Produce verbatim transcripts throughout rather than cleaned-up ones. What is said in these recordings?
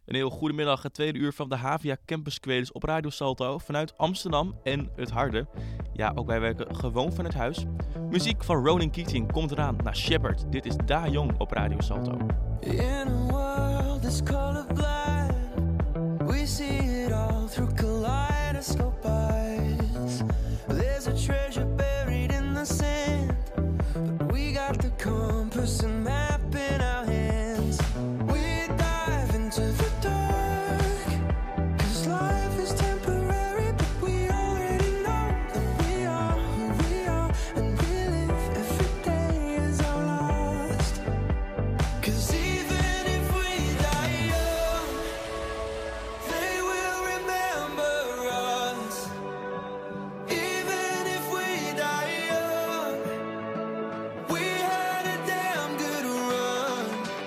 Een heel goedemiddag, het tweede uur van de Havia Campus Creators op Radio Salto vanuit Amsterdam en het Harde. Ja, ook wij werken gewoon vanuit huis. Muziek van Ronan Keating komt eraan naar Shepherd. Dit is Da Young op Radio Salto. In a world that's colorblind, we see it all through kaleidoscope eyes. There's a treasure buried in the sand, but we got the compass and map in our hands. We dive into the dark, 'cause life is temporary, but we already know that we are who we are, and we live every day as our last. 'Cause even if we die young, they will remember us. Even if we die young, we had a damn good run.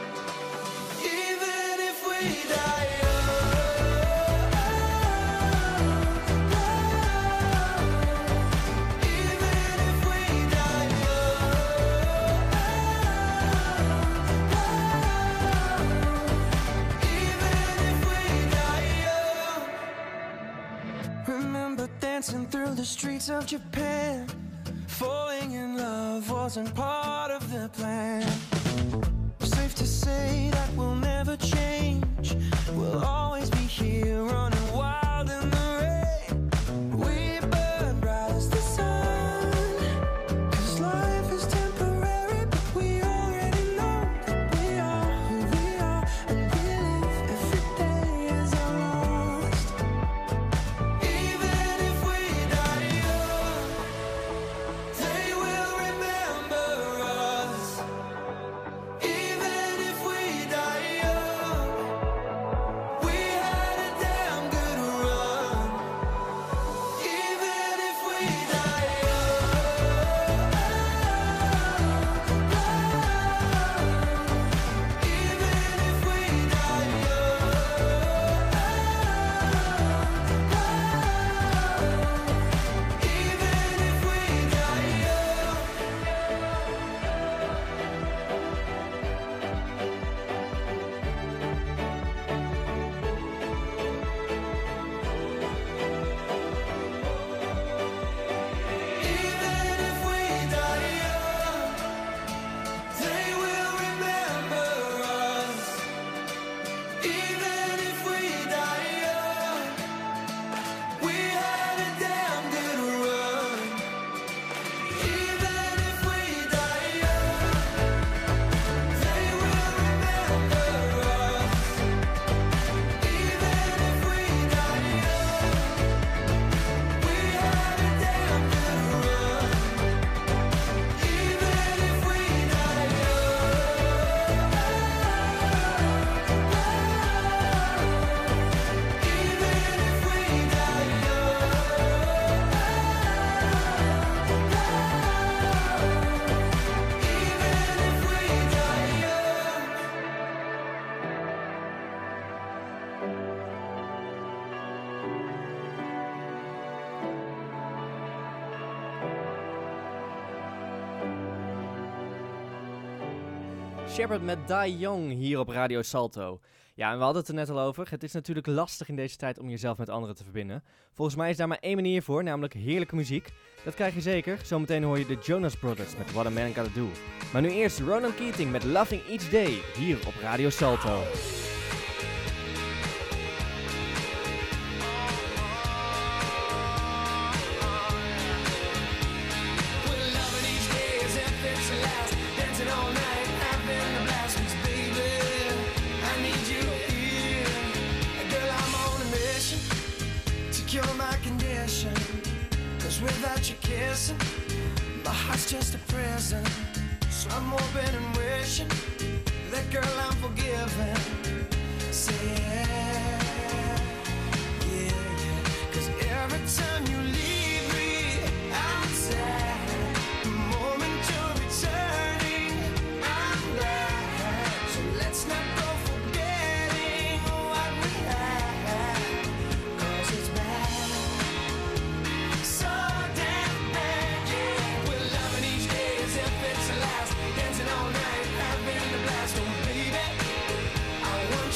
Even if we die young, even if we die young, even if we die young. Remember dancing through the streets of Japan. Falling in love wasn't part of the plan. Safe to say that we'll never change. We'll always be here running wild in the rain. We burn bright as the sun, 'cause life is temporary, but we already know that we are who we are, and we live every day as our last. Even if we die young, they will remember us. Even if we die young, we had a damn good run. Even if we die young, even if we die young, even if we die young. Even if we die young, they will remember us. Even if we die young, we had a damn good run. Even if we die young, they will remember us. Even if we die young, we had a damn good run. Even if we die young, even if we die Shepherd met Da Young hier op Radio Salto. Ja, en we hadden het er net al over. Het is natuurlijk lastig in deze tijd om jezelf met anderen te verbinden. Volgens mij is daar maar één manier voor, namelijk heerlijke muziek. Dat krijg je zeker. Zometeen hoor je de Jonas Brothers met What a Man Gotta Do. Maar nu eerst Ronan Keating met Loving Each Day hier op Radio Salto. We're loving each day as if it's the last. Dancing all night, having a blast. 'Cause baby, I need you here. Girl, I'm on a mission to cure my condition. 'Cause without you kissing, my heart's just a prison. So I'm hoping and wishing that girl I'm forgiven. Say yeah, yeah, yeah. 'Cause every time you leave me, I'm sad. The moment you're returning, I'm glad. So let's not go forgetting what we had. 'Cause it's bad, so damn bad, yeah. We're loving each day as if it's the last. Dancing all night, having a blast. Oh baby, I want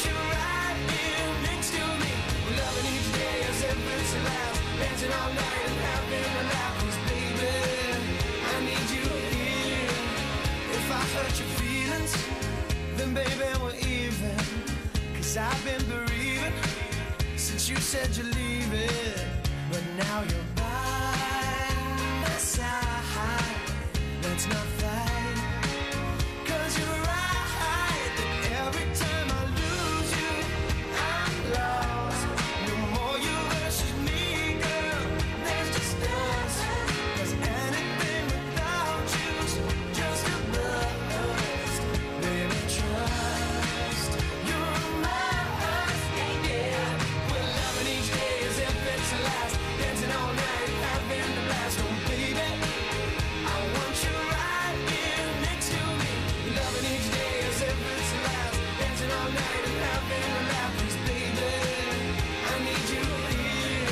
Cause I've been bereaving since you said you're leaving, but now you're by my side. Let's not fight, cause you're right that every time I lose you, I'm lost. No more you versus me, girl, there's just us. Cause anything without you's just a bust. Baby, trust, you're mine, yeah. We're loving each day as if it's the last, dancing all night, having the blast. Oh baby, I want you right here next to me. Loving each day as if it's the last, dancing all night and having a laugh. 'Cause baby, I need you here.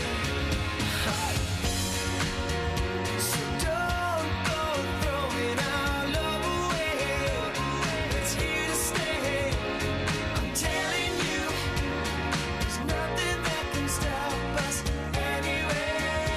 So don't go throwing our love away. It's here to stay. I'm telling you, there's nothing that can stop us anyway.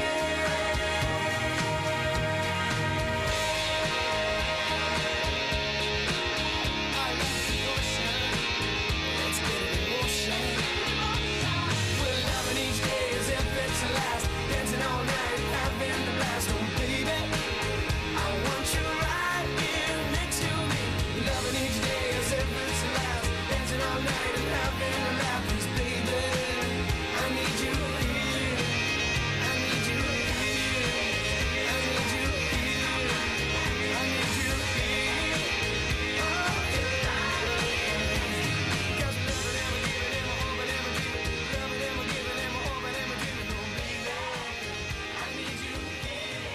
I love the ocean. Let's get it in motion. We're loving each day as if it's the last, dancing all night, having the blast. Oh baby, I want you right here next to me. Loving each day as if it's the last, dancing all night and having a laugh. 'Cause baby, I need you here. I need you here. I need you here. I need you here. Oh yeah. 'Cause loving and giving and hoping and dreaming, loving and giving and hoping and dreaming. Oh baby, I need you here.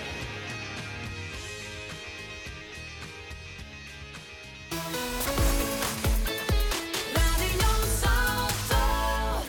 Radio Salto.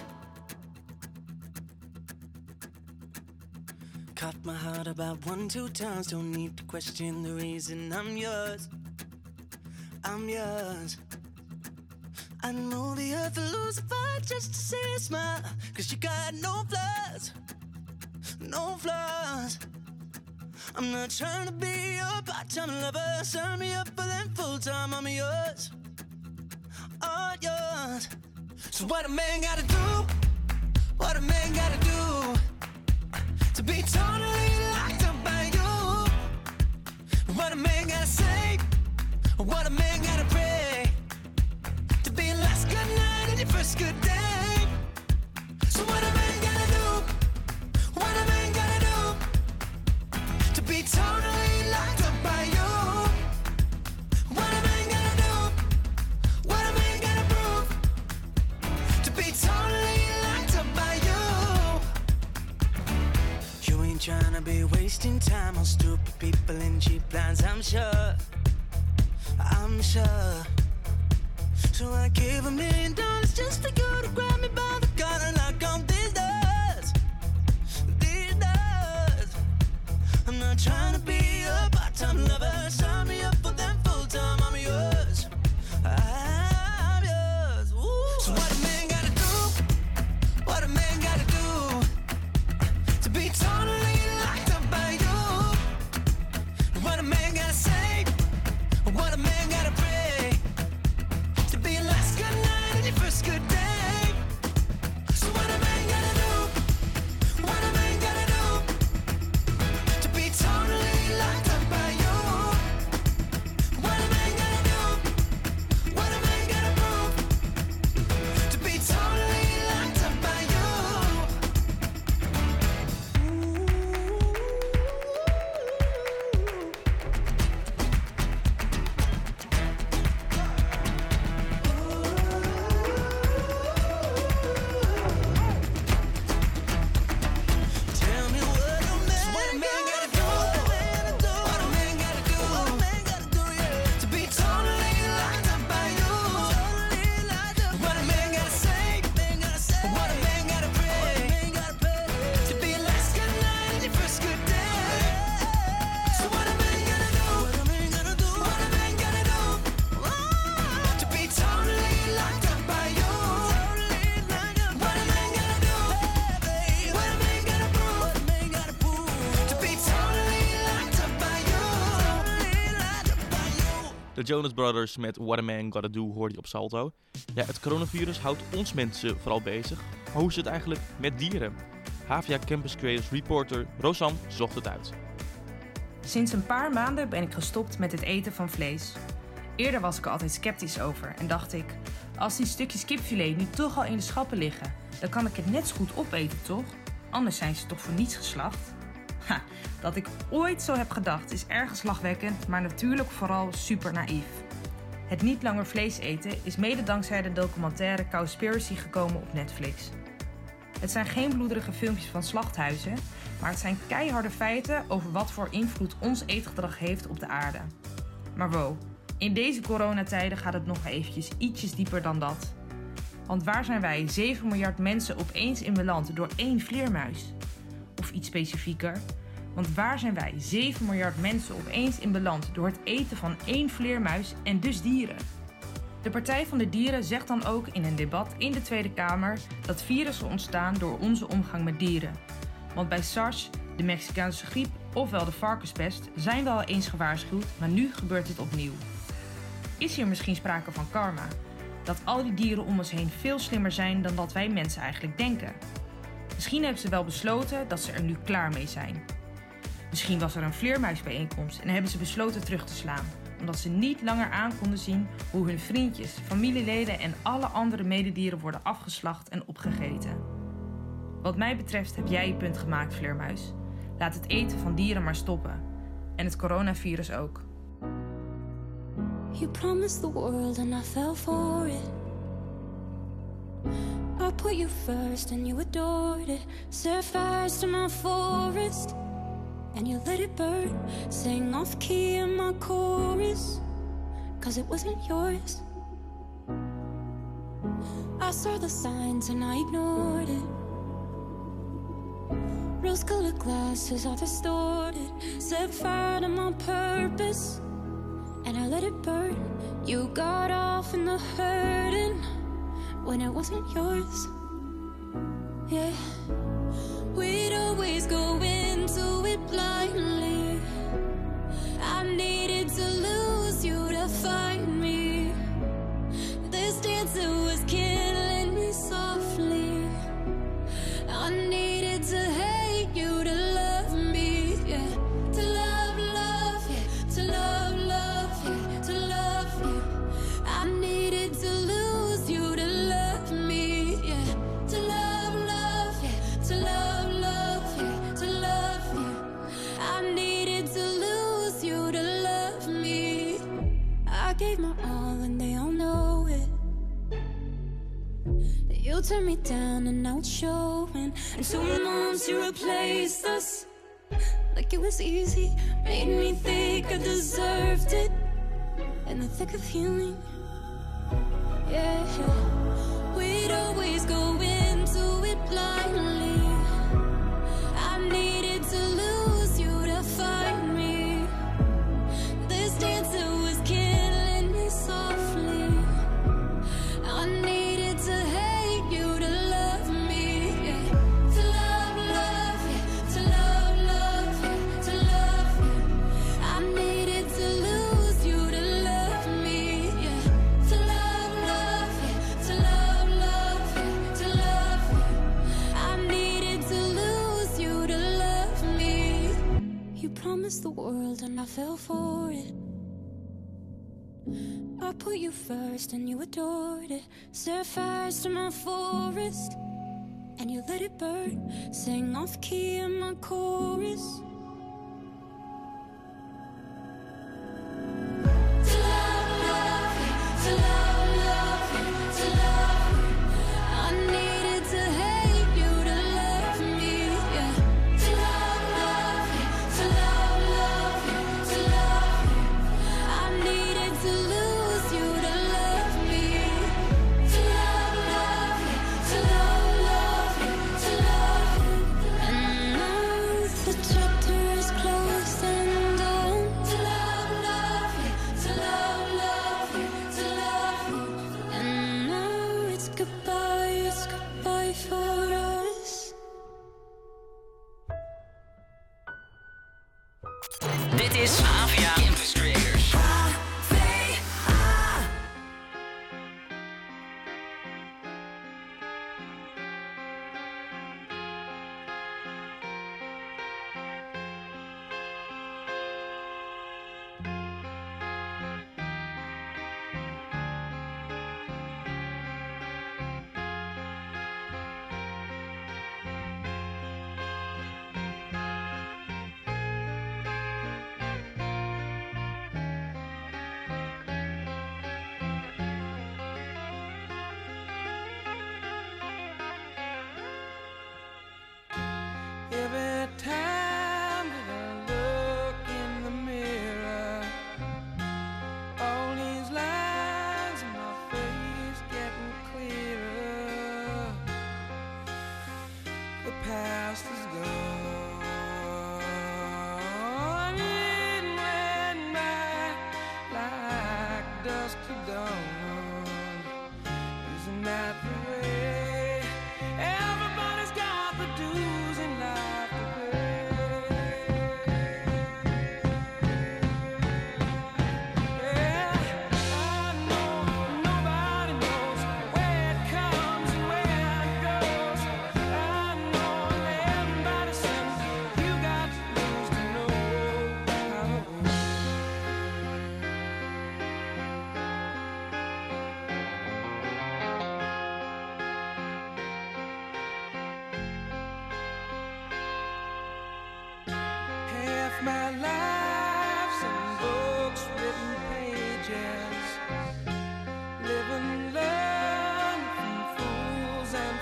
Caught my heart about one, two times. Don't need to question the reason I'm yours. I'm yours. I know the earth will lose a fight just to see a smile. Cause you got no flaws, no flaws. I'm not trying to be your part-time lover. Sign me up for them full-time. I'm yours, all yours. So what a man gotta do, what a man gotta do to be totally locked up by you. What a man gotta say, what a man gotta pray to be your last good night and your first good day. So what a man gotta do, what a man gotta do to be totally locked up by you. What a man gotta do, what a man gotta prove to be totally locked up by you. You ain't tryna be wasting time on stupid people and cheap lines, I'm sure, I'm sure. So I gave a million dollars just for you to grab me by the collar and lock on these doors, these doors. I'm not trying to be a part-time lover. Sign me up for them full-time. I'm yours, I'm yours. Ooh. So what a man gotta do, what a man gotta do to be totally locked up by you. What a man gotta say, what a man gotta pray to be your last good night and your first good day. De Jonas Brothers met What a Man Gotta Do hoorde je op Salto. Ja, het coronavirus houdt ons mensen vooral bezig. Maar hoe is het eigenlijk met dieren? Havia Campus Creators reporter Rosanne zocht het uit. Sinds een paar maanden ben ik gestopt met het eten van vlees. Eerder was ik er altijd sceptisch over en dacht ik... als die stukjes kipfilet nu toch al in de schappen liggen... dan kan ik het net zo goed opeten, toch? Anders zijn ze toch voor niets geslacht? Ha, dat ik ooit zo heb gedacht is ergens lachwekkend... maar natuurlijk vooral super naïef. Het niet langer vlees eten is mede dankzij de documentaire Cowspiracy gekomen op Netflix. Het zijn geen bloederige filmpjes van slachthuizen... maar het zijn keiharde feiten over wat voor invloed ons eetgedrag heeft op de aarde. Maar wow, in deze coronatijden gaat het nog eventjes ietsjes dieper dan dat. Want waar zijn wij, zeven miljard mensen opeens in beland door één vleermuis? Of iets specifieker, want waar zijn wij, zeven miljard mensen opeens in beland door het eten van één vleermuis en dus dieren? De Partij van de Dieren zegt dan ook in een debat in de Tweede Kamer dat virussen ontstaan door onze omgang met dieren. Want bij SARS, de Mexicaanse griep ofwel de varkenspest zijn we al eens gewaarschuwd, maar nu gebeurt het opnieuw. Is hier misschien sprake van karma? Dat al die dieren om ons heen veel slimmer zijn dan dat wij mensen eigenlijk denken. Misschien hebben ze wel besloten dat ze er nu klaar mee zijn. Misschien was er een vleermuisbijeenkomst en hebben ze besloten terug te slaan, omdat ze niet langer aan konden zien hoe hun vriendjes, familieleden en alle andere mededieren worden afgeslacht en opgegeten. Wat mij betreft heb jij je punt gemaakt, vleermuis. Laat het eten van dieren maar stoppen. En het coronavirus ook. You promised the world and I fell for it. I put you first and you adored it. Set fires to my forest and you let it burn. Sang off key in my chorus, cause it wasn't yours. I saw the signs and I ignored it. Rose-colored glasses are distorted. Set fire to my purpose and I let it burn. You got off in the hurting when it wasn't yours. Yeah, we'd always go into it blindly. I needed to lose you to find me. This dancer was killing me softly. I needed to hate you to love me, yeah. To love, love, yeah. To love, love, yeah. To love you. I needed to lose you to love me, yeah. To love, love, yeah. To love, love, yeah. To love you. I needed to lose you to love me. I gave my all and they all know it. You turned me down and now it's showing. And two months you replaced us like it was easy. Made me think I deserved it in the thick of healing. Yeah, we'd always go into it blindly. I needed to lose you to find me. This dancer was killing me softly. I needed to hate you to love me, yeah. To love, love, yeah. To love, love, yeah. To love you. I needed to lose you to love me, yeah. To love, love, yeah. To love, love, yeah. To love you. I needed to lose you to love me. You promised the world and I fell for it. I put you first and you adored it. Set fires to my forest and you let it burn. Sang off key in my chorus. To love, love, yeah. To love, love, yeah. To love you. I needed to hate you to love me, yeah. To love, love, yeah. To love, love, yeah. To love you. I needed to lose you to love me. To love, love, yeah. To love, love, yeah. To love you. And now the chapter is closed and done. To love, love, yeah. To love, love, yeah. To love you. And now it's goodbye, it's goodbye for us. Dit is Havia Campus Creators. H V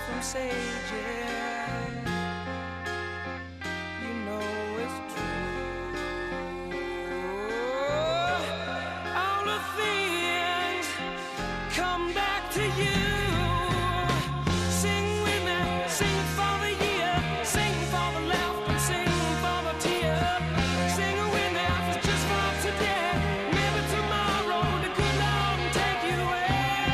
from sages. You know it's true. All the things come back to you. Sing with me, sing for the year, sing for the laugh and sing for the tear. Sing with me, just for today. Maybe tomorrow the good Lord will take you away.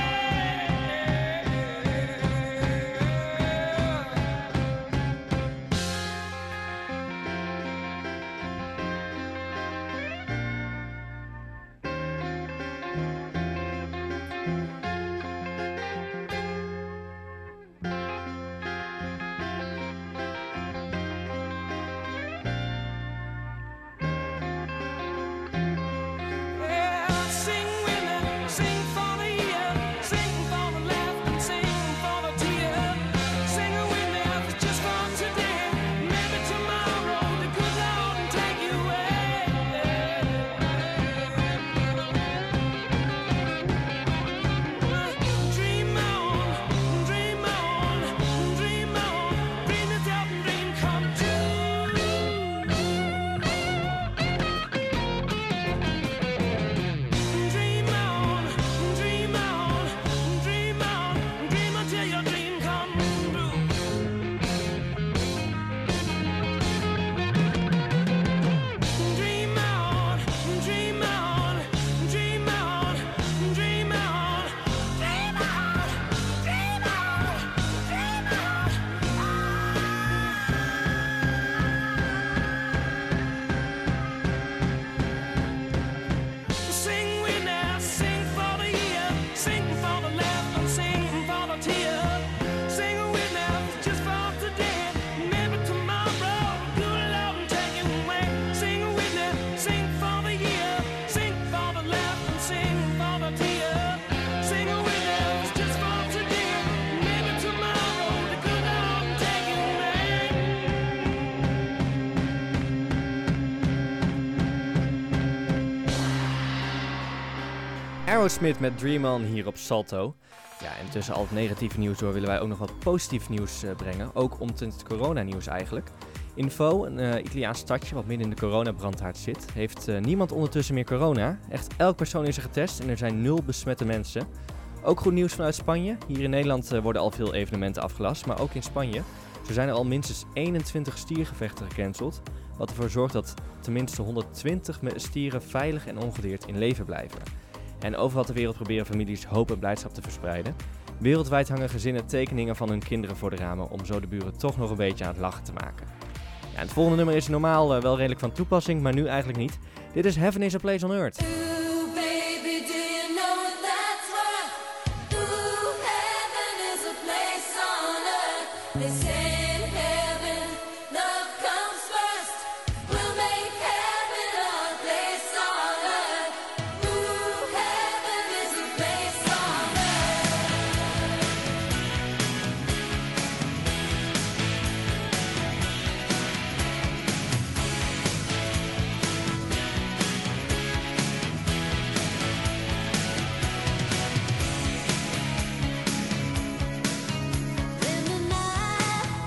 Yeah, sing with me, sing for the year, sing for the laugh and sing for the tear. Sing with me, just for today. Maybe tomorrow the good Lord will take you away. Dream on, dream on, dream on, dream it out and dream come true. Dream on, dream on, dream on, dream until your dream come true. Dream on, dream on, dream on, dream on, dream on, dream on, dream on. Sing with me, sing for the year, sing for the laugh and sing for the tear. Sing with me, just for today. Maybe tomorrow, good Lord will take you away. Sing with me, sing for the year, sing for the laugh and sing for the tear. Sing with me, just for today. Maybe tomorrow, the good Lord will take you away. Aerosmith met Dream On hier op Salto. Ja, en tussen al het negatieve nieuws door willen wij ook nog wat positief nieuws eh, brengen. Ook omtrent het coronanieuws eigenlijk. In Fo, een eh, Italiaans stadje wat midden in de coronabrandhaard zit, heeft eh, niemand ondertussen meer corona. Echt elk persoon is er getest en er zijn nul besmette mensen. Ook goed nieuws vanuit Spanje. Hier in Nederland eh, worden al veel evenementen afgelast, maar ook in Spanje. Zo zijn er al minstens eenentwintig stiergevechten gecanceld, wat ervoor zorgt dat tenminste honderdtwintig me- stieren veilig en ongedeerd in leven blijven. En overal ter wereld proberen families hoop en blijdschap te verspreiden. Wereldwijd hangen gezinnen tekeningen van hun kinderen voor de ramen om zo de buren toch nog een beetje aan het lachen te maken. Ja, en het volgende nummer is normaal uh, wel redelijk van toepassing, maar nu eigenlijk niet. Dit is Heaven is a Place on Earth. Ooh, baby, do you know what that's worth? Ooh, heaven is a place on earth. They say in heaven, love comes first. We'll make heaven a place on earth. Ooh, heaven is a place on earth. In the night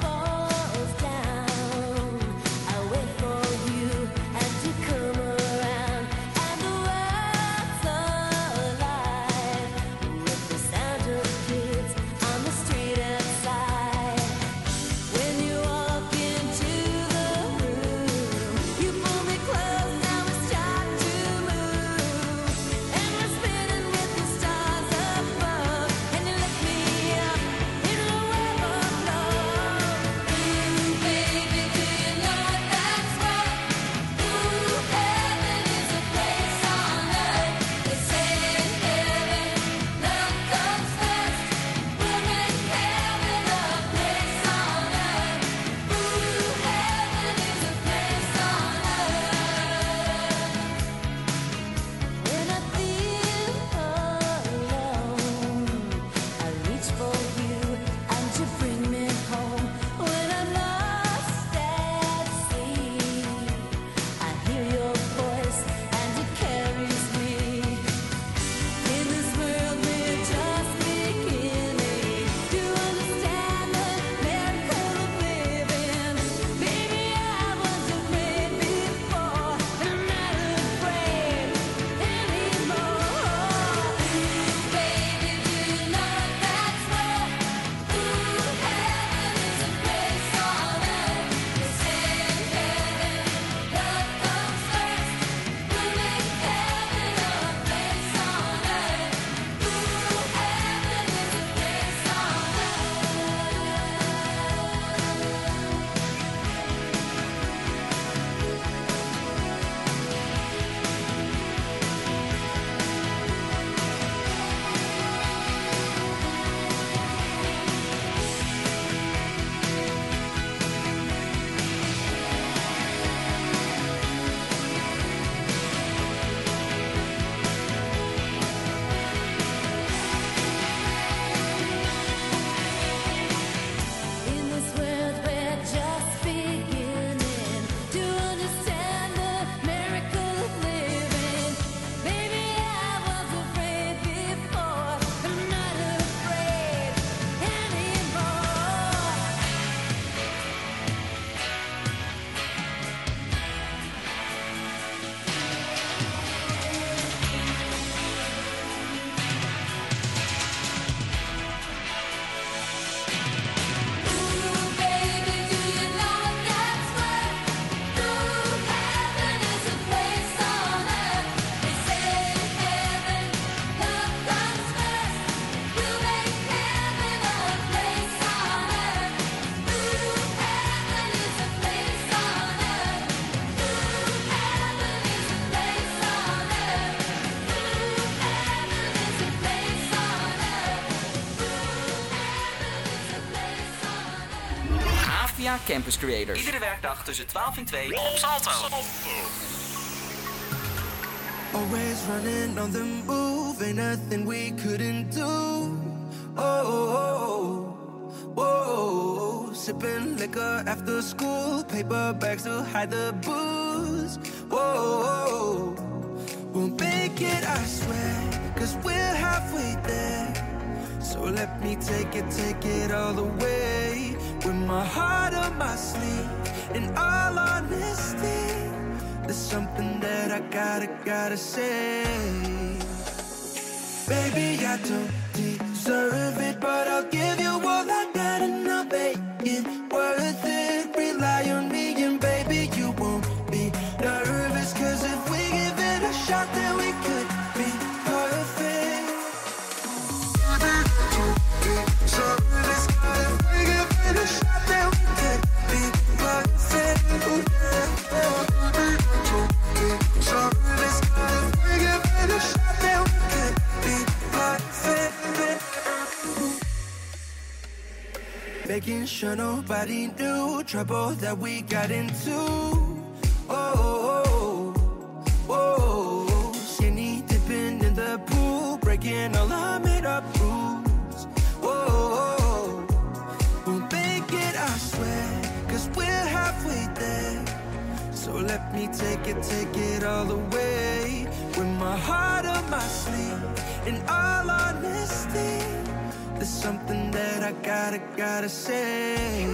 Havia Campus Creators. Iedere werkdag tussen twaalf en twee op Salto. Always running on the move, ain't nothing we couldn't do. Oh, oh, oh, oh. Sipping liquor after school, paper bags to hide the booze. Whoa, oh, we'll make it, I swear, cause we're halfway there. So let me take it, take it all the way. With my heart on my sleeve, in all honesty, there's something that I gotta, gotta say. Baby, I don't deserve it, but I'll give you all I got and I'll make it worth it. Rely on me and baby, you won't be nervous, cause if we give it a shot, then we could be perfect. So this guy, if we give it a shot, then we could be perfect. Ooh, yeah. So this guy, if we give it a shot, then we could be perfect. Making sure nobody knew trouble that we got into. Oh, oh, oh, oh. Skinny dipping in the pool, breaking all our made up rules. Oh, we'll make it, I swear, cause we're halfway there. So let me take it, take it all the way. With my heart on my sleeve, in all honesty, there's something that I gotta, gotta say.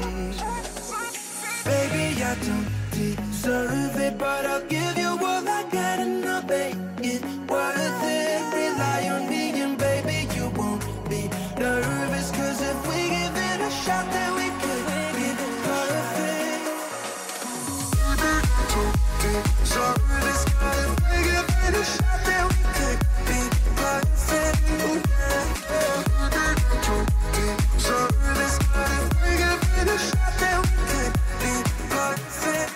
Baby, I don't deserve it, but I'll give you all I got and I'll make it worth it. Rely on me and baby, you won't be nervous, cause if we give it a shot, then we could be perfect. So this guy, if we give it a shot, then we could be perfect. Ooh, yeah. So this guy, if we give it a shot, then we could be perfect.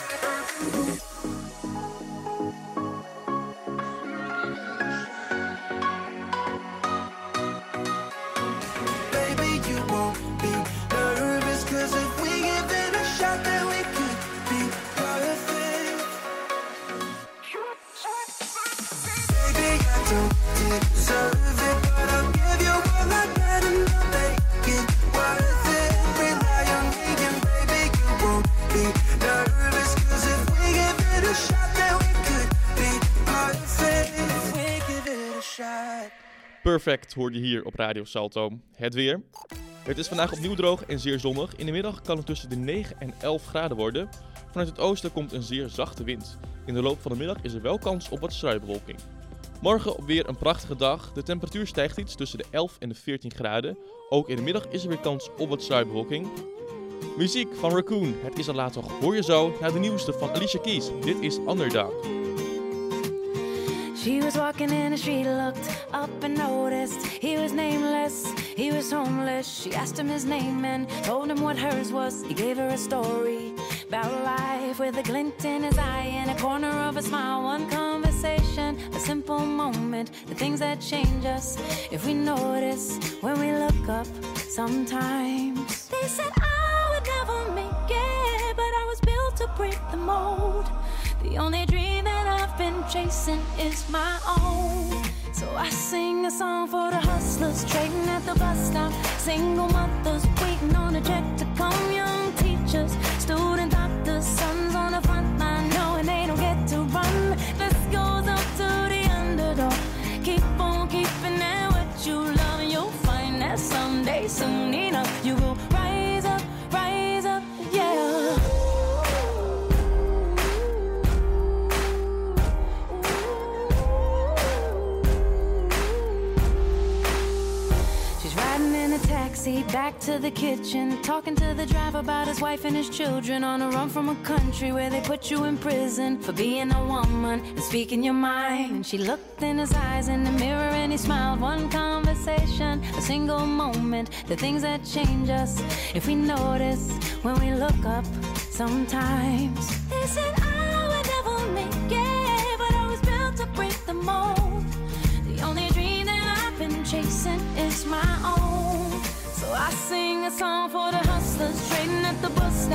Baby, you won't be nervous, cause if we give it a shot, then we could be perfect. Baby, I don't deserve it, but I'll give you all I got and I'll make it worth it. Rely on me and baby, you won't be nervous, cause if we give it a shot, then we could be perfect. If we give it a shot. Perfect hoor je hier op Radio Salto. Het weer. Het is vandaag opnieuw droog en zeer zonnig. In de middag kan het tussen de negen en elf graden worden. Vanuit het oosten komt een zeer zachte wind. In de loop van de middag is er wel kans op wat struisbewolking. Morgen weer een prachtige dag. De temperatuur stijgt iets tussen de elf en de veertien graden. Ook in de middag is er weer kans op wat struisbewolking. Muziek van Raccoon. Het is al laat toch. Hoor je zo naar de nieuwste van Alicia Keys. Dit is Underdog. She was walking in the street, looked up and noticed he was nameless, he was homeless. She asked him his name and told him what hers was. He gave her a story about life with a glint in his eye and a corner of a smile. One conversation, a simple moment, the things that change us if we notice when we look up sometimes. They said I would never make it, but I was built to break the mold. The only dream that I've been chasing is my own. So I sing a song for the hustlers trading at the bus stop, single mothers waiting on a check to come, young teachers, student doctors, sons on the front line knowing they don't get to run. This goes up to the underdog. Keep on keeping at what you love and you'll find that someday, soon enough, you will rise up, rise up, yeah. Taxi back to the kitchen, talking to the driver about his wife and his children, on a run from a country where they put you in prison for being a woman and speaking your mind. And she looked in his eyes in the mirror and he smiled. One conversation, a single moment, the things that change us if we notice when we look up sometimes. They said I would never make it, but I was built to break the mold. The only dream that I've been chasing is my own. So I sing a song for the hustlers trading at the bus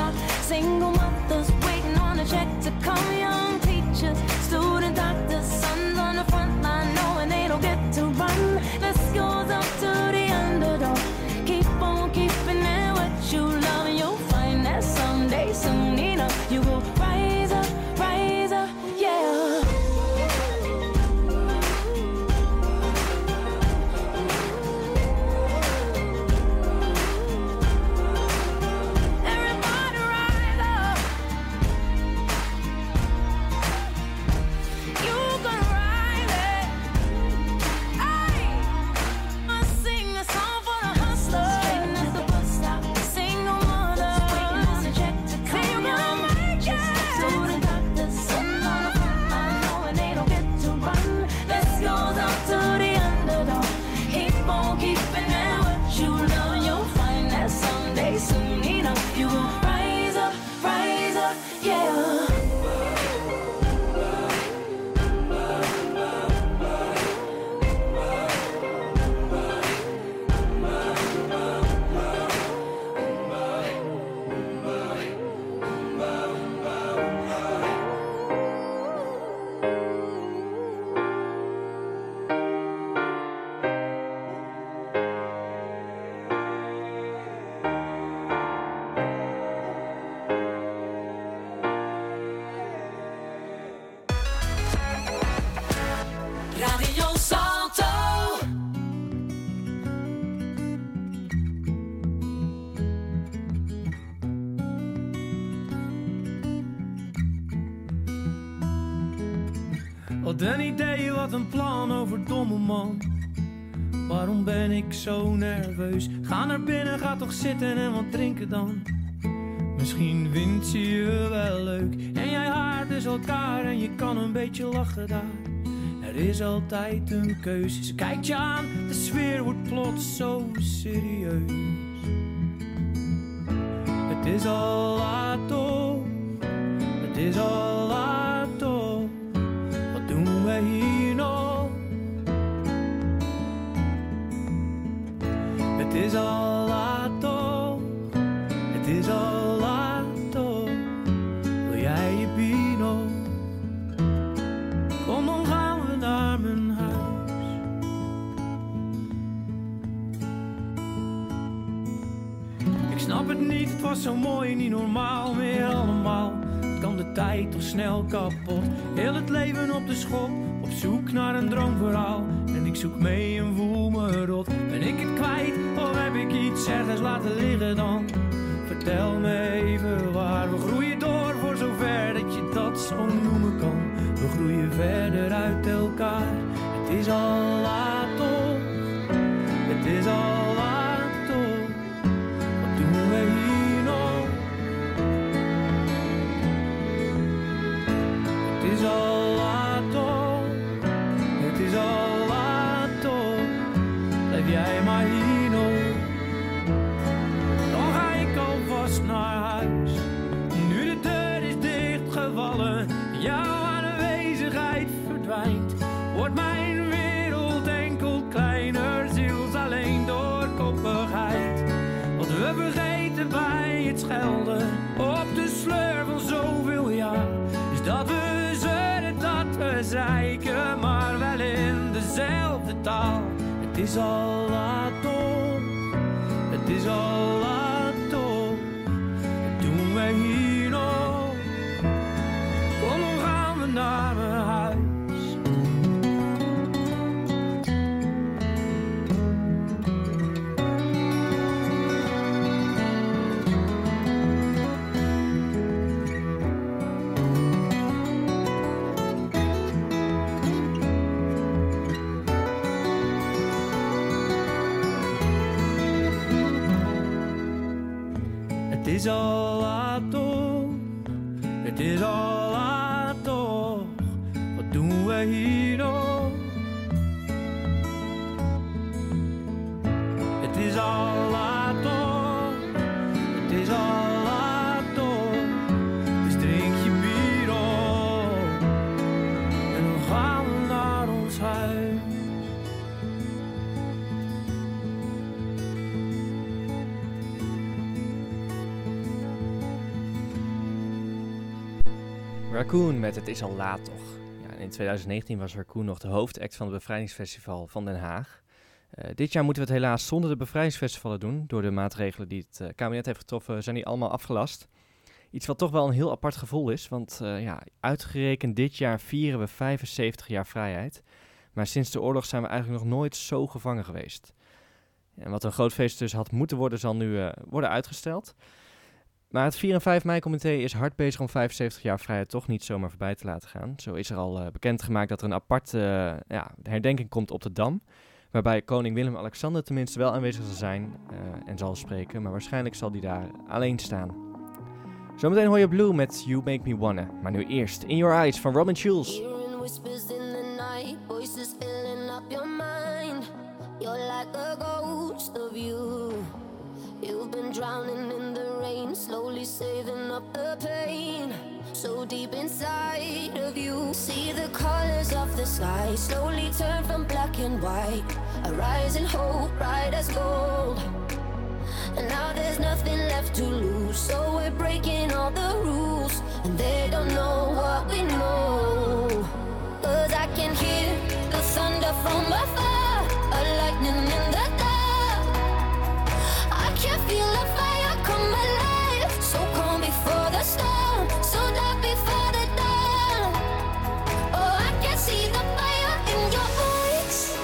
Wat een idee, wat een plan, overdomme man. Waarom ben ik zo nerveus? Ga naar binnen, ga toch zitten en wat drinken dan. Misschien vindt ze je wel leuk en jij haart dus elkaar en je kan een beetje lachen daar. Er is altijd een keuze, ze kijkt je aan, de sfeer wordt plots zo serieus. Het is al laat toch, het is al laat toch, wat doen wij hier nog? Het is al laat toch, het is al laat toch, wil jij je bier nog? Kom dan gaan we naar mijn huis. Ik snap het niet, het was zo mooi, niet normaal meer allemaal. Het kan de tijd toch snel kapot, heel het leven op de schop, op zoek naar een droomverhaal. En ik zoek mee en voel me rot, ben ik het kwijt of heb ik iets ergens laten liggen dan? Vertel me even waar, we groeien door voor zover dat je dat zo noemen kan. We groeien verder uit elkaar, het is al laat toch, het is al laat toch, wat doen we hier nog? Het is al laat toch, het is al laat toch, blijf jij maar hier nog. Dan ga ik alvast naar huis, nu de deur is dichtgevallen, jouw aanwezigheid verdwijnt, wordt mijn wereld enkel kleiner, ziels alleen door koppigheid. Wat we vergeten bij het schelden, op de sleur van zoveel jaar, is dat we zeuren, dat we zeiken, maar wel in dezelfde taal. Het is al laat toch, het is al laat toch, wat doen wij hier nog? Kom dan gaan we naar mijn huis. Het is al laat toch, het is al laat toch, wat doen we hier nog? Het is al laat toch, het is al laat toch, dus drink je bier op en dan gaan we naar ons huis. Raccoon met Het is al laat toch. Ja, in twintig negentien was Raccoon nog de hoofdact van het Bevrijdingsfestival van Den Haag. Uh, dit jaar moeten we het helaas zonder de bevrijdingsfestivalen doen. Door de maatregelen die het uh, kabinet heeft getroffen zijn die allemaal afgelast. Iets wat toch wel een heel apart gevoel is. Want uh, ja, uitgerekend dit jaar vieren we vijfenzeventig jaar vrijheid. Maar sinds de oorlog zijn we eigenlijk nog nooit zo gevangen geweest. En wat een groot feest dus had moeten worden, zal nu uh, worden uitgesteld. Maar het vier en vijf mei-comité is hard bezig om vijfenzeventig jaar vrijheid toch niet zomaar voorbij te laten gaan. Zo is er al uh, bekendgemaakt dat er een aparte uh, ja, herdenking komt op de Dam. Waarbij koning Willem-Alexander tenminste wel aanwezig zal zijn uh, en zal spreken. Maar waarschijnlijk zal hij daar alleen staan. Zometeen hoor je Blue met You Make Me Wanna. Maar nu eerst In Your Eyes van Robin Schulz. Hearing whispers in the night, voices filling up your mind. You're like a ghost of you. You've been drowning in the rain, slowly saving up the pain. So deep inside of you, see the colors of the sky slowly turn from black and white. A rising hope, bright as gold. And now there's nothing left to lose, so we're breaking all the rules. And they don't know what we know. Cause I can hear the thunder from afar, a lightning in the dark. I can feel the fire come alive, so calm before the storm, so dark before the dawn. Oh, I can see the fire in your eyes,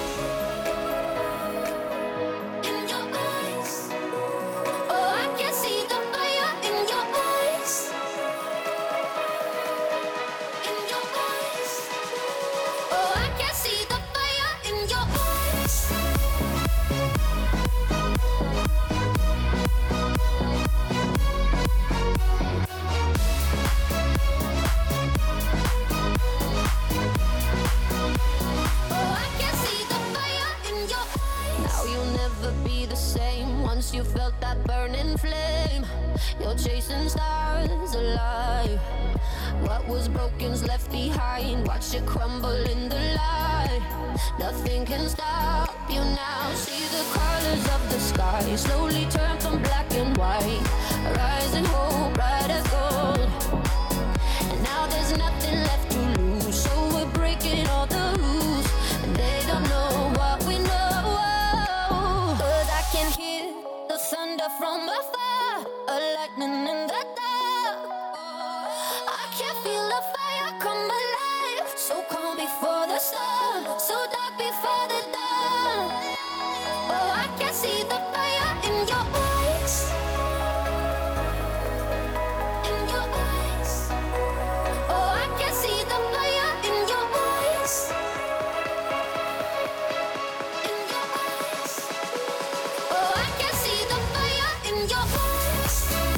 in your eyes. Oh, I can see the fire in your eyes, in your eyes. flame. You're chasing stars alive. What was broken's left behind. Watch it crumble in the light. Nothing can stop you now. See the colors of the sky slowly turn from black and white. Rising hope, bright as gold. And now there's nothing left to lose. So we're breaking all the rules. And they don't know what we know. Cause I can hear the thunder from afar. A lightning in the dark. I can feel the fire come alive. So calm before the storm. So dark before the dawn. Oh, I can see the fire in your eyes. In your eyes. Oh, I can see the fire in your eyes. In your eyes. Oh, I can see the fire in your eyes.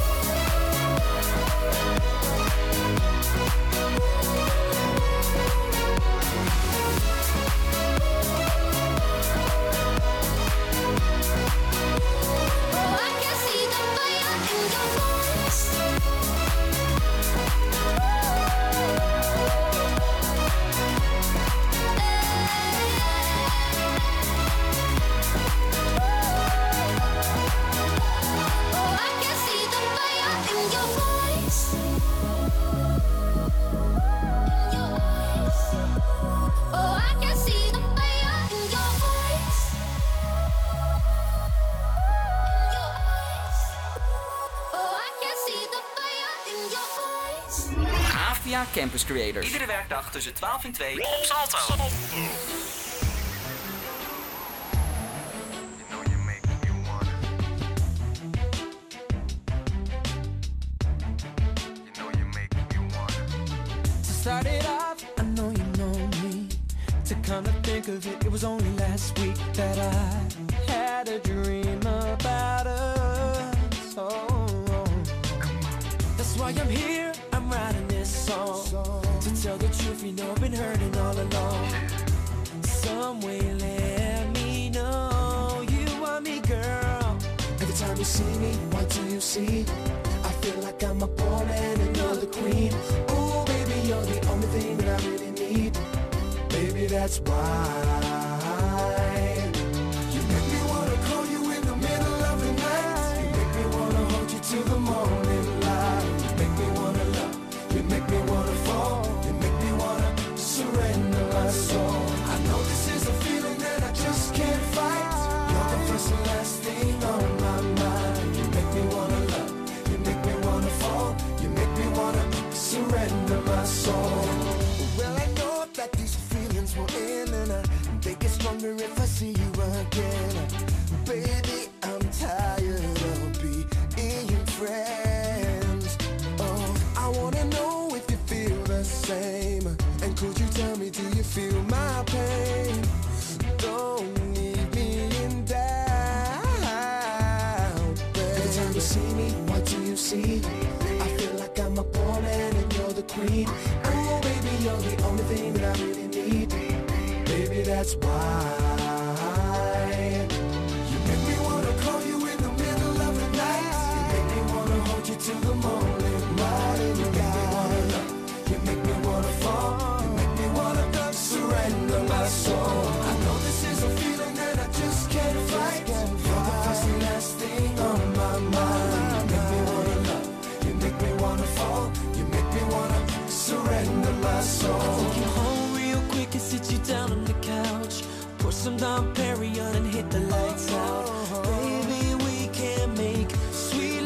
Oh, I can see the fire in your eyes. Oh, I can see the fire in your eyes. In your eyes. Oh, I can see the fire in your eyes. In your eyes. Oh, I can see the fire in your eyes. Havia Campus Creators. Iedere werkdag tussen twaalf en twee op Salto. To start it off, I know you know me. To come to think of it, it was only last week that I had a dream about us. Oh, that's why I'm here, I'm writing this song. To tell the truth, you know I've been hurting all along. Some way let me know you want me, girl. Every time you see me, what do you see? I feel like I'm a pawn and you're the queen. Oh, baby, you're the only thing that I really need. Baby, that's why you make me wanna call you in the middle of the night. You make me wanna hold you till the morning light. You make me wanna love. You make me wanna fall. You make me wanna surrender my soul. I know this is a feeling that I just can't fight. You're the first and last thing on my mind. You make me wanna love. You make me wanna fall. You make me wanna surrender my soul. Well, I know that these feelings will end, and I think it's stronger if I see you again. Baby, I'm tired of being friends. Oh, I wanna know if you feel the same. And could you tell me, do you feel my pain? Don't leave me in doubt, babe. Every time you see me, what do you see? I feel like I'm a pawn and you're the queen. Oh, baby, you're the only thing that I really need. Baby, that's why you make me wanna call you in the middle of the night. You make me wanna hold you till the morning light. You make me wanna love. You make me wanna fall. You make me wanna surrender my soul. I know this is a feeling that I just can't fight. You're the first and last thing on my mind. You make me wanna love. You make me wanna fall. You make me wanna surrender my soul. Take you home real quick and sit you down on the couch. Put some Dom Perignon and hit the lights out. Baby, we can make sweet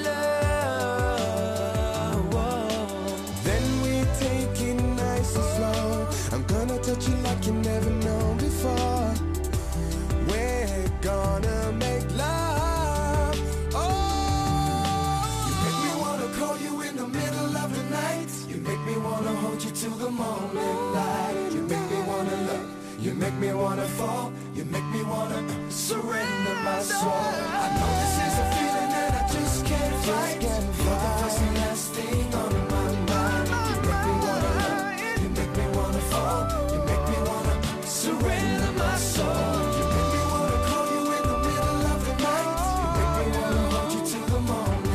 love. Whoa. Then we take it nice and slow. I'm gonna touch you like you never known before. We're gonna make love. Oh, you make me wanna call you in the middle of the night. You make me wanna hold you till the morning light. You make me wanna love. You make me wanna fall. You make me wanna surrender my soul. I know this is a feeling that I just can't fight. You're the first and last thing on my mind. You make me wanna love. You make me wanna fall. You make me wanna surrender my soul. You make me wanna call you in the middle of the night. You make me wanna hold you till the morning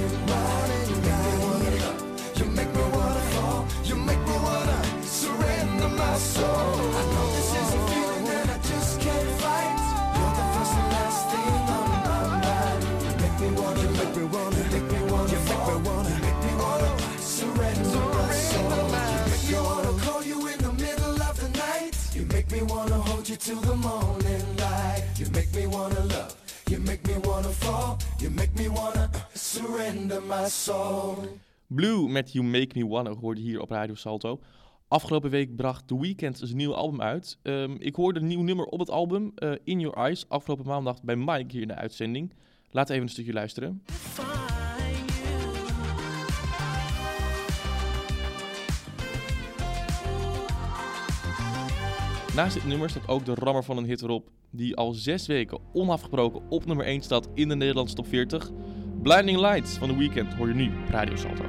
you till the morning light. You make me wanna love, you make me wanna fall, you make me wanna surrender my soul. Blue met You Make Me Wanna hoorde hier op Radio Salto. Afgelopen week bracht The Weeknd zijn nieuwe album uit. Um, ik hoorde een nieuw nummer op het album, uh, In Your Eyes, afgelopen maandag bij Mike hier in de uitzending. Laten even een stukje luisteren. Naast dit nummer staat ook de rammer van een hit erop, die al zes weken onafgebroken op nummer één staat in de Nederlandse top veertig. Blinding Lights van The Weeknd hoor je nu op Radio Salto.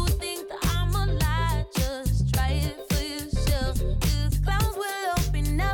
Up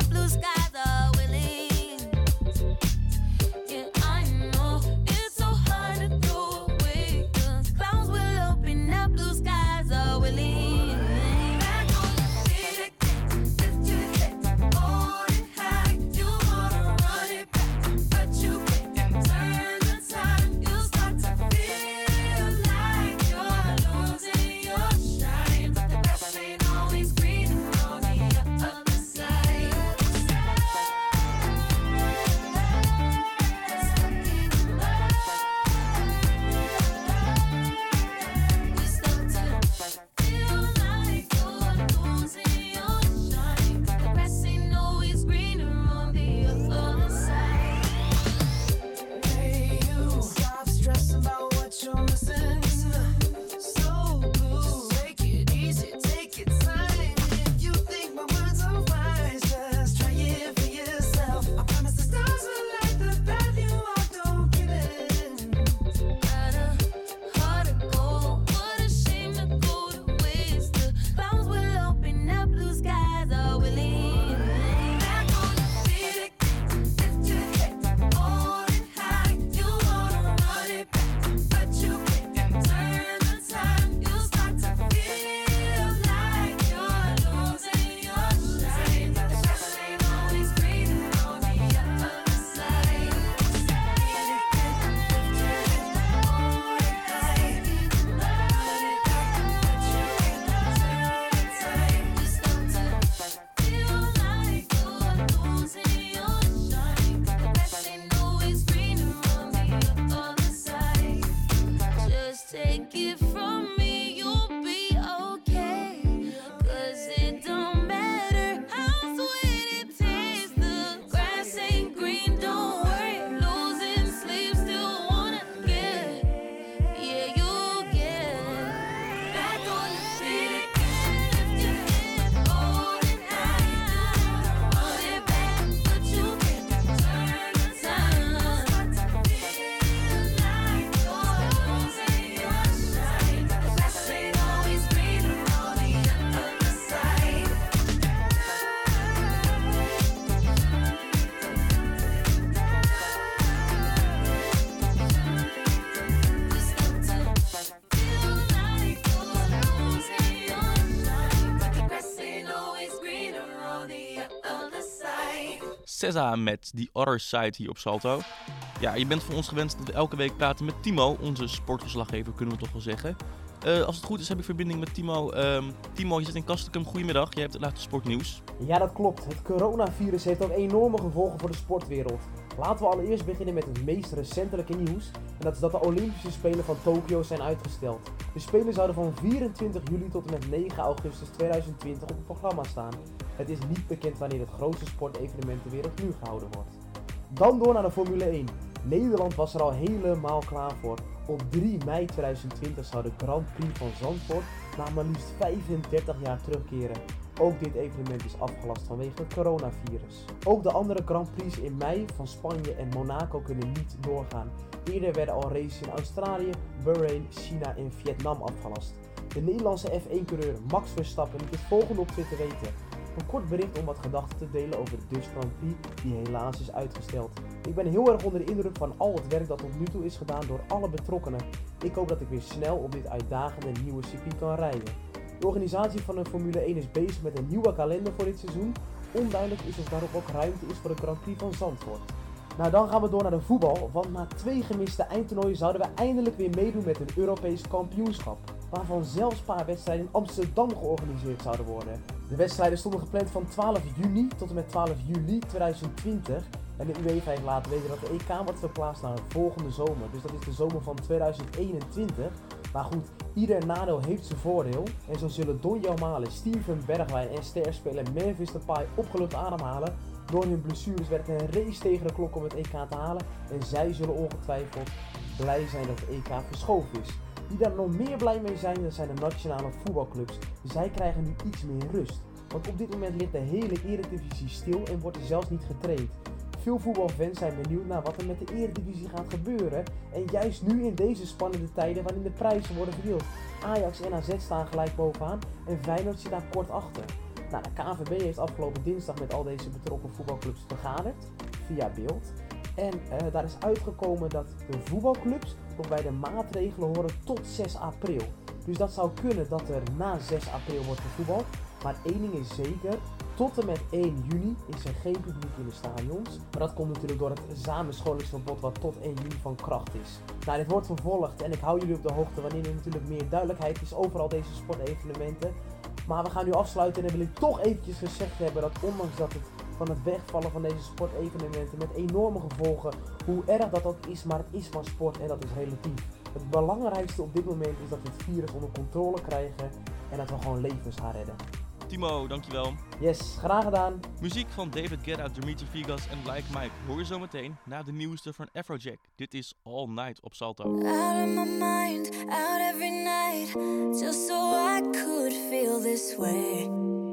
S Z A met The Other Side hier op Salto. Ja, je bent van ons gewend dat we elke week praten met Timo, onze sportverslaggever, kunnen we toch wel zeggen. Uh, als het goed is, heb ik verbinding met Timo. Uh, Timo, je zit in Castricum. Goedemiddag, jij hebt het laatste sportnieuws. Ja, dat klopt. Het coronavirus heeft ook enorme gevolgen voor de sportwereld. Laten we allereerst beginnen met het meest recentelijke nieuws. En dat is dat de Olympische Spelen van Tokio zijn uitgesteld. De Spelen zouden van vierentwintig juli tot en met negen augustus tweeduizend twintig op het programma staan. Het is niet bekend wanneer het grootste sportevenement ter wereld nu gehouden wordt. Dan door naar de Formule één. Nederland was er al helemaal klaar voor. Op drie mei tweeduizend twintig zou de Grand Prix van Zandvoort na maar liefst vijfendertig jaar terugkeren. Ook dit evenement is afgelast vanwege het coronavirus. Ook de andere Grand Prix in mei van Spanje en Monaco kunnen niet doorgaan. Eerder werden al races in Australië, Bahrein, China en Vietnam afgelast. De Nederlandse F één coureur Max Verstappen liet het volgende op Twitter weten. Een kort bericht om wat gedachten te delen over de Dutch Grand Prix die helaas is uitgesteld. Ik ben heel erg onder de indruk van al het werk dat tot nu toe is gedaan door alle betrokkenen. Ik hoop dat ik weer snel op dit uitdagende nieuwe circuit kan rijden. De organisatie van de Formule één is bezig met een nieuwe kalender voor dit seizoen. Onduidelijk is of daarop ook ruimte is voor de Grand Prix van Zandvoort. Nou, dan gaan we door naar de voetbal, want na twee gemiste eindtoernooien zouden we eindelijk weer meedoen met een Europees kampioenschap, waarvan zelfs een paar wedstrijden in Amsterdam georganiseerd zouden worden. De wedstrijden stonden gepland van twaalf juni tot en met twaalf juli tweeduizend twintig. En de UEFA heeft laten weten dat de E K wordt verplaatst naar de volgende zomer. Dus dat is de zomer van tweeduizend eenentwintig. Maar goed, ieder nadeel heeft zijn voordeel. En zo zullen Donny Malen, Steven Bergwijn en sterspeler Memphis Depay opgelucht ademhalen. Door hun blessures werd het een race tegen de klok om het E K te halen. En zij zullen ongetwijfeld blij zijn dat het E K verschoven is. Die daar nog meer blij mee zijn, dat zijn de nationale voetbalclubs. Zij krijgen nu iets meer rust. Want op dit moment ligt de hele Eredivisie stil en wordt er zelfs niet getraind. Veel voetbalfans zijn benieuwd naar wat er met de Eredivisie gaat gebeuren. En juist nu in deze spannende tijden waarin de prijzen worden verdeeld. Ajax en A Z staan gelijk bovenaan en Feyenoord zit daar kort achter. Nou, de K N V B heeft afgelopen dinsdag met al deze betrokken voetbalclubs vergaderd, via beeld. En uh, daar is uitgekomen dat de voetbalclubs nog bij de maatregelen horen tot zes april. Dus dat zou kunnen dat er na zes april wordt gevoetbald. Maar één ding is zeker, tot en met één juni is er geen publiek in de stadions. Maar dat komt natuurlijk door het samenscholingsverbod wat tot één juni van kracht is. Nou, dit wordt vervolgd en ik hou jullie op de hoogte wanneer er natuurlijk meer duidelijkheid is over al deze sportevenementen. Maar we gaan nu afsluiten en dan wil ik toch eventjes gezegd hebben dat ondanks dat het van het wegvallen van deze sportevenementen met enorme gevolgen, hoe erg dat ook is, maar het is maar sport en dat is relatief. Het belangrijkste op dit moment is dat we het virus onder controle krijgen en dat we gewoon levens gaan redden. Timo, dankjewel. Yes, graag gedaan. Muziek van David Guetta, Dimitri Vegas en Like Mike hoor je zo meteen na de nieuwste van Afrojack. Dit is All Night op Salto. Out of my mind, out every night, just so I could feel this way.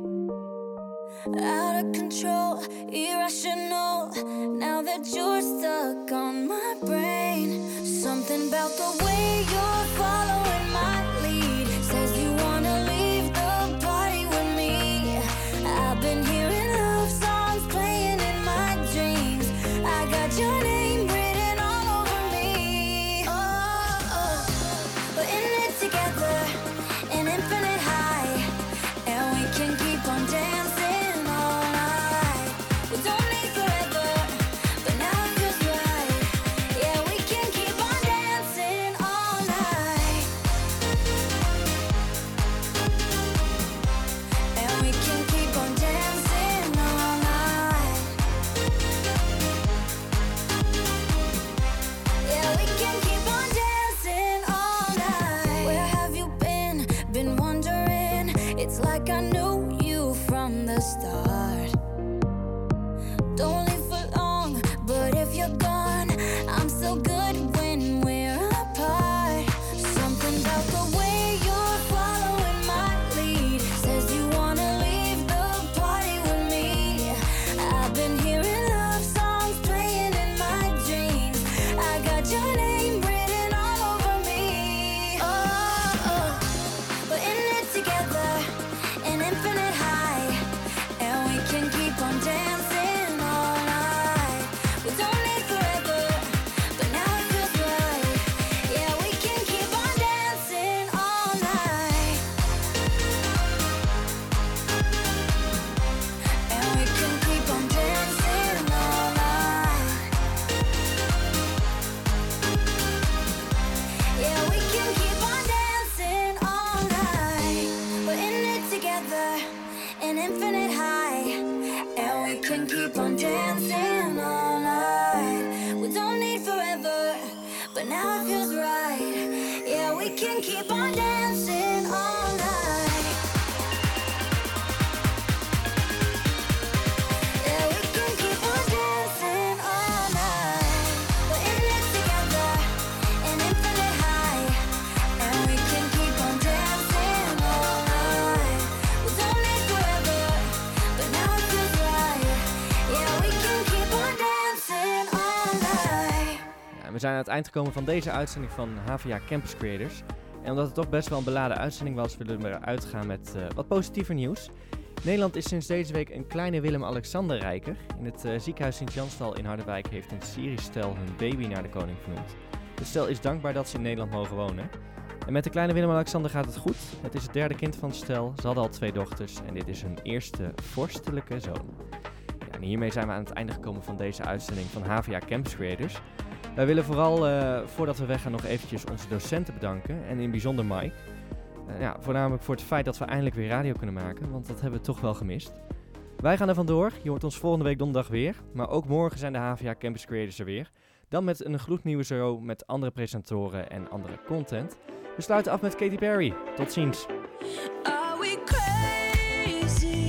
Out of control, irrational, now that you're stuck on my brain. Something about the way you're following my lead says you wanna leave the party with me. I've been hearing love songs playing in my dreams. I got your name written all over me. Oh, oh. We're in it together, an infinite high, and we can keep on dancing all night. We don't need forever, but now it feels right. Yeah, we can keep on dancing all night, and we can keep on dancing all night. Yeah, we can keep on dancing all night. Where have you been? Been wondering. It's like I knew you from the start. Don't leave for long, but if you're gone, I'm so good when we're apart. Something about the way you're following my lead says you wanna leave the party with me. I've been hearing love songs playing in my dreams. I got your name written all over me. Oh, oh. We're in it together, an infinite high, and we zijn aan het eind gekomen van deze uitzending van H V A Campus Creators. En omdat het toch best wel een beladen uitzending was, willen we eruit gaan met uh, wat positiever nieuws. Nederland is sinds deze week een kleine Willem-Alexander rijker. In het uh, ziekenhuis Sint-Janstal in Harderwijk heeft een Syrisch stel hun baby naar de koning vernoemd. Het stel is dankbaar dat ze in Nederland mogen wonen. En met de kleine Willem-Alexander gaat het goed. Het is het derde kind van het stel. Ze hadden al twee dochters en dit is hun eerste vorstelijke zoon. Ja, en hiermee zijn we aan het einde gekomen van deze uitzending van H V A Campus Creators. Wij willen vooral, uh, voordat we weggaan, nog eventjes onze docenten bedanken. En in het bijzonder Mike. Uh, ja, voornamelijk voor het feit dat we eindelijk weer radio kunnen maken, want dat hebben we toch wel gemist. Wij gaan er vandoor. Je hoort ons volgende week donderdag weer. Maar ook morgen zijn de H V A Campus Creators er weer. Dan met een gloednieuwe show met andere presentatoren en andere content. We sluiten af met Katy Perry. Tot ziens. Are we crazy?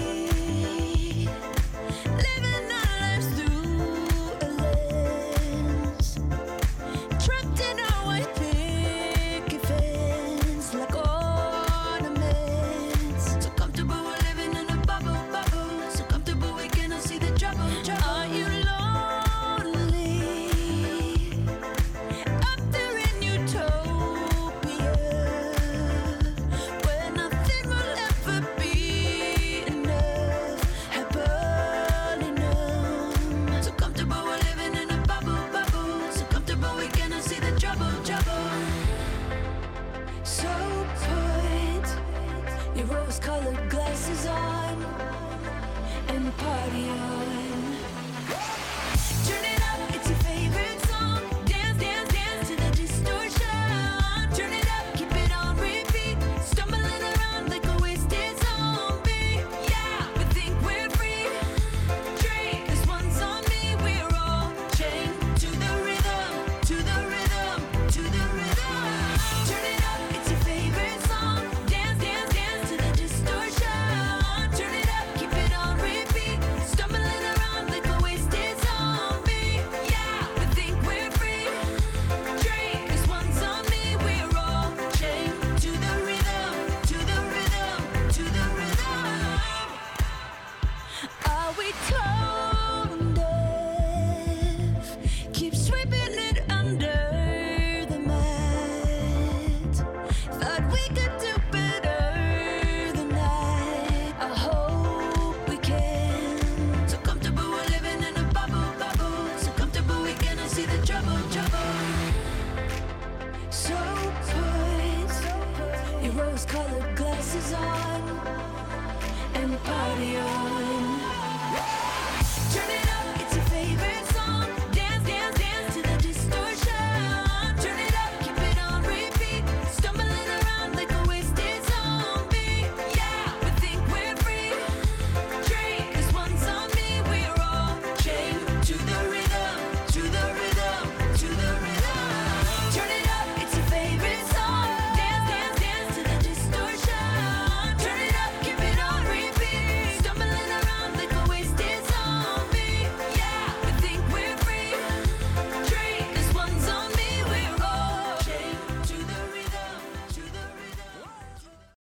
Living our lives through a lens. Trapped in our white picket fence like ornaments. So comfortable we're living in a bubble, bubble. So comfortable we cannot see the trouble, trouble. Are you lonely? Up there in utopia, where nothing will ever be enough, happily numb. So comfortable we're living in a bubble, bubble. So comfortable we cannot see the trouble, trouble. So put your rose-colored glasses on and party on. Turn it up, it's your favorite song. Dance, dance, dance to the distortion. Turn it up, keep it on repeat. Stumbling around like a wasted zombie. Yeah, we think we're free. Drink, this one's on me. We're all chained to the rhythm, to the rhythm, to the rhythm. Turn it up, it's your favorite song. Dance, dance, dance to the distortion. Turn it up, keep it on repeat. Stumbling around like a wasted zombie. Yeah, we think we're free. Drink, this one's on me. We're all chained to the rhythm, to the rhythm, to the rhythm. Are we tone deaf? Keep sweeping it under the mat. Thought we could do better than that. I hope we can. So comfortable we're living in a bubble, bubble. So comfortable we cannot see the trouble, trouble. So put your rose-colored glasses on and party on.